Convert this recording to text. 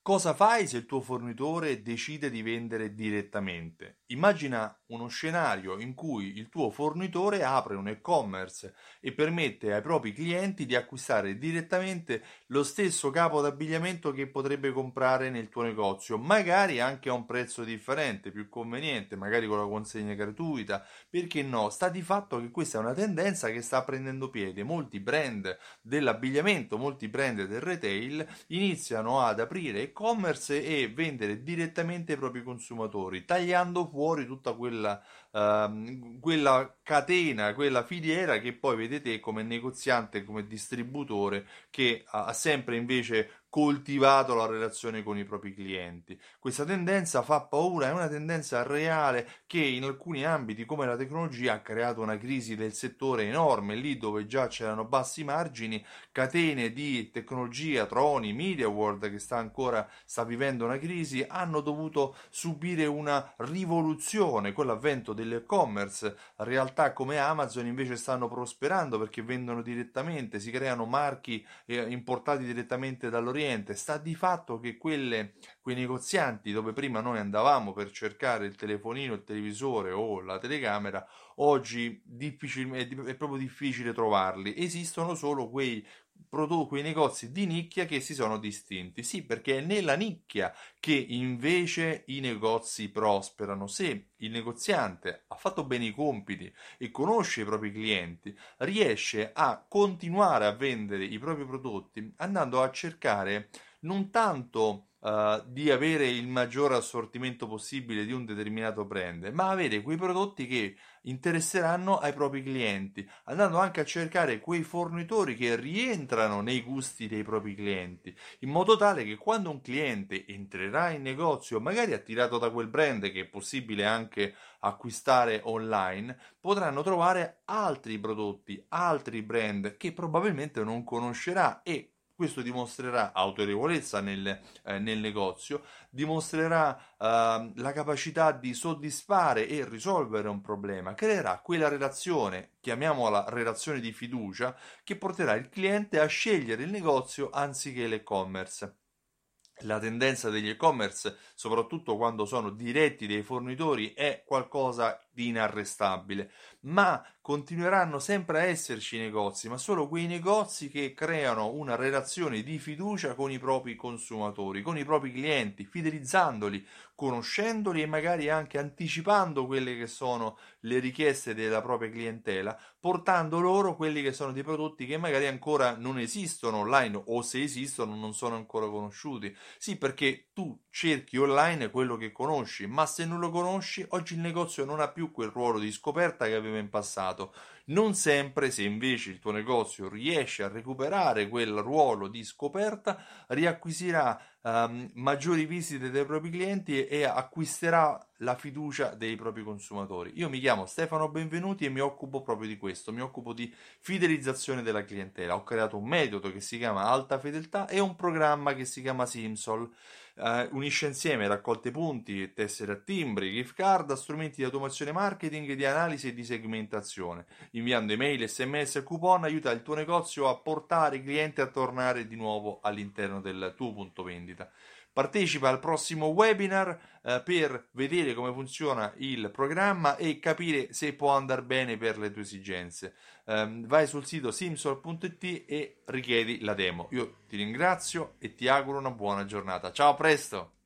Cosa fai se il tuo fornitore decide di vendere direttamente? Immagina uno scenario in cui il tuo fornitore apre un e-commerce e permette ai propri clienti di acquistare direttamente lo stesso capo d'abbigliamento che potrebbe comprare nel tuo negozio, magari anche a un prezzo differente, più conveniente, magari con la consegna gratuita, perché no? Sta di fatto che questa è una tendenza che sta prendendo piede. Molti brand dell'abbigliamento, molti brand del retail iniziano ad aprire e-commerce e vendere direttamente ai propri consumatori, tagliando fuori tutta quella catena, quella filiera che poi vedete come negoziante, come distributore che ha sempre invece coltivato la relazione con i propri clienti. Questa tendenza fa paura, è una tendenza reale che in alcuni ambiti come la tecnologia ha creato una crisi del settore enorme, lì dove già c'erano bassi margini, catene di tecnologia, Troni, MediaWorld che sta vivendo una crisi, hanno dovuto subire una rivoluzione con l'avvento dell'e-commerce. Realtà come Amazon invece stanno prosperando perché vendono direttamente, si creano marchi importati direttamente dall'Oriente. Sta di fatto che quei negozianti dove prima noi andavamo per cercare il telefonino, il televisore o la telecamera, oggi è proprio difficile trovarli. Esistono solo quei negozi di nicchia che si sono distinti. Sì, perché è nella nicchia che invece i negozi prosperano. Se il negoziante ha fatto bene i compiti e conosce i propri clienti, riesce a continuare a vendere i propri prodotti andando a cercare non tanto di avere il maggior assortimento possibile di un determinato brand, ma avere quei prodotti che interesseranno ai propri clienti, andando anche a cercare quei fornitori che rientrano nei gusti dei propri clienti, in modo tale che quando un cliente entrerà in negozio, magari attirato da quel brand che è possibile anche acquistare online, potranno trovare altri prodotti, altri brand che probabilmente non conoscerà e questo dimostrerà autorevolezza nel negozio, dimostrerà la capacità di soddisfare e risolvere un problema, creerà quella relazione, chiamiamola relazione di fiducia, che porterà il cliente a scegliere il negozio anziché l'e-commerce. La tendenza degli e-commerce, soprattutto quando sono diretti dai fornitori, è qualcosa di inarrestabile, ma continueranno sempre a esserci negozi, ma solo quei negozi che creano una relazione di fiducia con i propri consumatori, con i propri clienti, fidelizzandoli, conoscendoli e magari anche anticipando quelle che sono le richieste della propria clientela, portando loro quelli che sono dei prodotti che magari ancora non esistono online o se esistono non sono ancora conosciuti. Sì, perché tu cerchi online quello che conosci, ma se non lo conosci, oggi il negozio non ha più quel ruolo di scoperta che aveva in passato. Non sempre, se invece il tuo negozio riesce a recuperare quel ruolo di scoperta, riacquisirà maggiori visite dai propri clienti e acquisterà la fiducia dei propri consumatori. Io mi chiamo Stefano Benvenuti e mi occupo proprio di questo, mi occupo di fidelizzazione della clientela. Ho creato un metodo che si chiama Alta Fedeltà e un programma che si chiama Simsol. Unisce insieme raccolte punti, tessere a timbri, gift card, strumenti di automazione marketing, di analisi e di segmentazione. Inviando email, sms e coupon aiuta il tuo negozio a portare i clienti a tornare di nuovo all'interno del tuo punto vendita. Partecipa al prossimo webinar per vedere come funziona il programma e capire se può andare bene per le tue esigenze. Vai sul sito simsol.it e richiedi la demo. Io ti ringrazio e ti auguro una buona giornata. Ciao, a presto!